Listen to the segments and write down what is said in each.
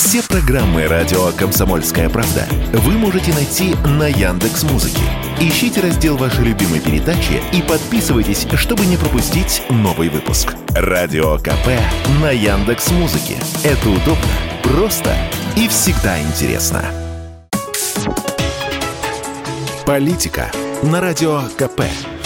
Все программы радио «Комсомольская правда» вы можете найти на Яндекс.Музыке. Ищите раздел вашей любимой передачи и подписывайтесь, чтобы не пропустить новый выпуск. Радио КП на Яндекс.Музыке. Это удобно, просто и всегда интересно. Политика на радио КП.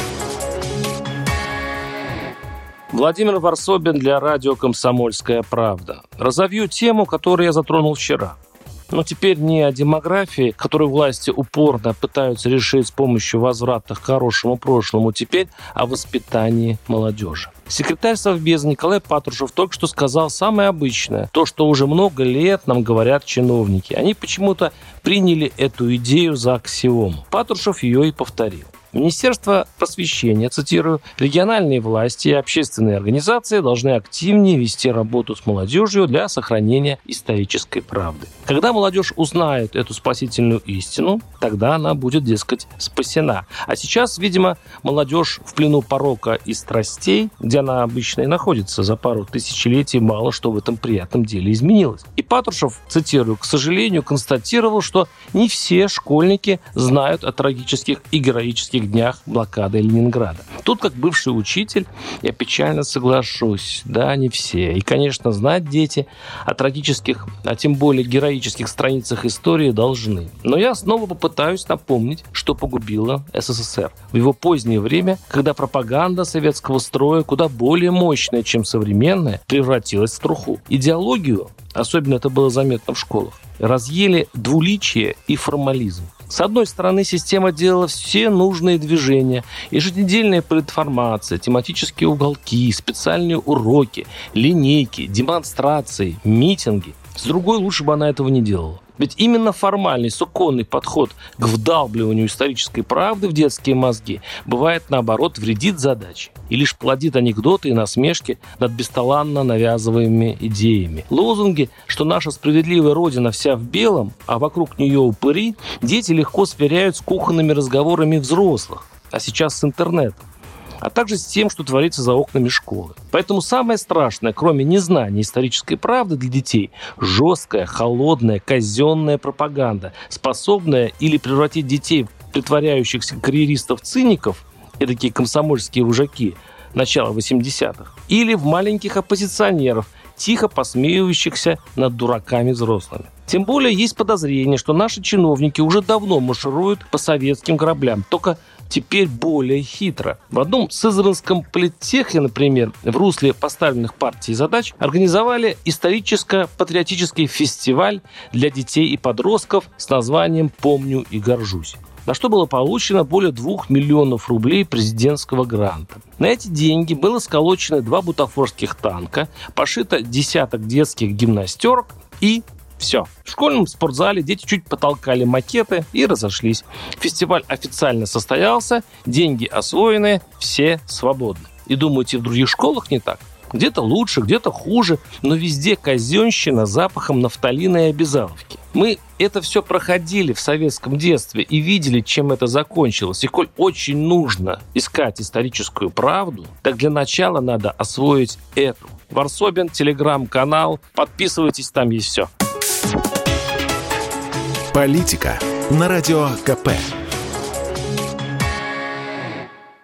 Владимир Варсобин для радио «Комсомольская правда». Разовью тему, которую я затронул вчера. Но теперь не о демографии, которую власти упорно пытаются решить с помощью возврата к хорошему прошлому, теперь о воспитании молодежи. Секретарь Совбеза Николай Патрушев только что сказал самое обычное, то, что уже много лет нам говорят чиновники. Они почему-то приняли эту идею за аксиому. Патрушев ее и повторил. Министерство просвещения, цитирую, региональные власти и общественные организации должны активнее вести работу с молодежью для сохранения исторической правды. Когда молодежь узнает эту спасительную истину, тогда она будет, дескать, спасена. А сейчас, видимо, молодежь в плену порока и страстей, где она обычно и находится за пару тысячелетий, мало что в этом приятном деле изменилось. И Патрушев, цитирую, к сожалению, констатировал, что не все школьники знают о трагических и героических днях блокады Ленинграда. Тут, как бывший учитель, я печально соглашусь. Да, не все. И, конечно, знать дети о трагических, а тем более героических страницах истории должны. Но я снова попытаюсь напомнить, что погубило СССР. В его позднее время, когда пропаганда советского строя, куда более мощная, чем современная, превратилась в труху. Идеологию, особенно это было заметно в школах, разъели двуличие и формализм. С одной стороны, система делала все нужные движения, еженедельная политинформация, тематические уголки, специальные уроки, линейки, демонстрации, митинги. С другой, лучше бы она этого не делала. Ведь именно формальный, суконный подход к вдалбливанию исторической правды в детские мозги бывает, наоборот, вредит задаче и лишь плодит анекдоты и насмешки над бесталанно навязываемыми идеями. Лозунги, что наша справедливая родина вся в белом, а вокруг нее упыри, дети легко сверяют с кухонными разговорами взрослых, а сейчас с интернетом, а также с тем, что творится за окнами школы. Поэтому самое страшное, кроме незнания исторической правды для детей, жесткая, холодная, казенная пропаганда, способная или превратить детей в притворяющихся карьеристов-циников, и такие комсомольские вожаки начала 80-х, или в маленьких оппозиционеров, тихо посмеивающихся над дураками взрослыми. Тем более есть подозрение, что наши чиновники уже давно маршируют по советским кораблям, только теперь более хитро. В одном сызранском политтехе, например, в русле поставленных партией задач организовали историческо-патриотический фестиваль для детей и подростков с названием «Помню и горжусь», на что было получено более 2 миллионов рублей президентского гранта. На эти деньги было сколочено 2 бутафорских танка, пошито десяток детских гимнастерок и все. В школьном спортзале дети чуть потолкали макеты и разошлись. Фестиваль официально состоялся, деньги освоены, все свободны. И думаете, в других школах не так? Где-то лучше, где-то хуже, но везде казенщина запахом нафталина и обязаловки. Мы это все проходили в советском детстве и видели, чем это закончилось. И коль очень нужно искать историческую правду, так для начала надо освоить эту. Варсобин, телеграм-канал, подписывайтесь, там есть все. Политика на радио КП.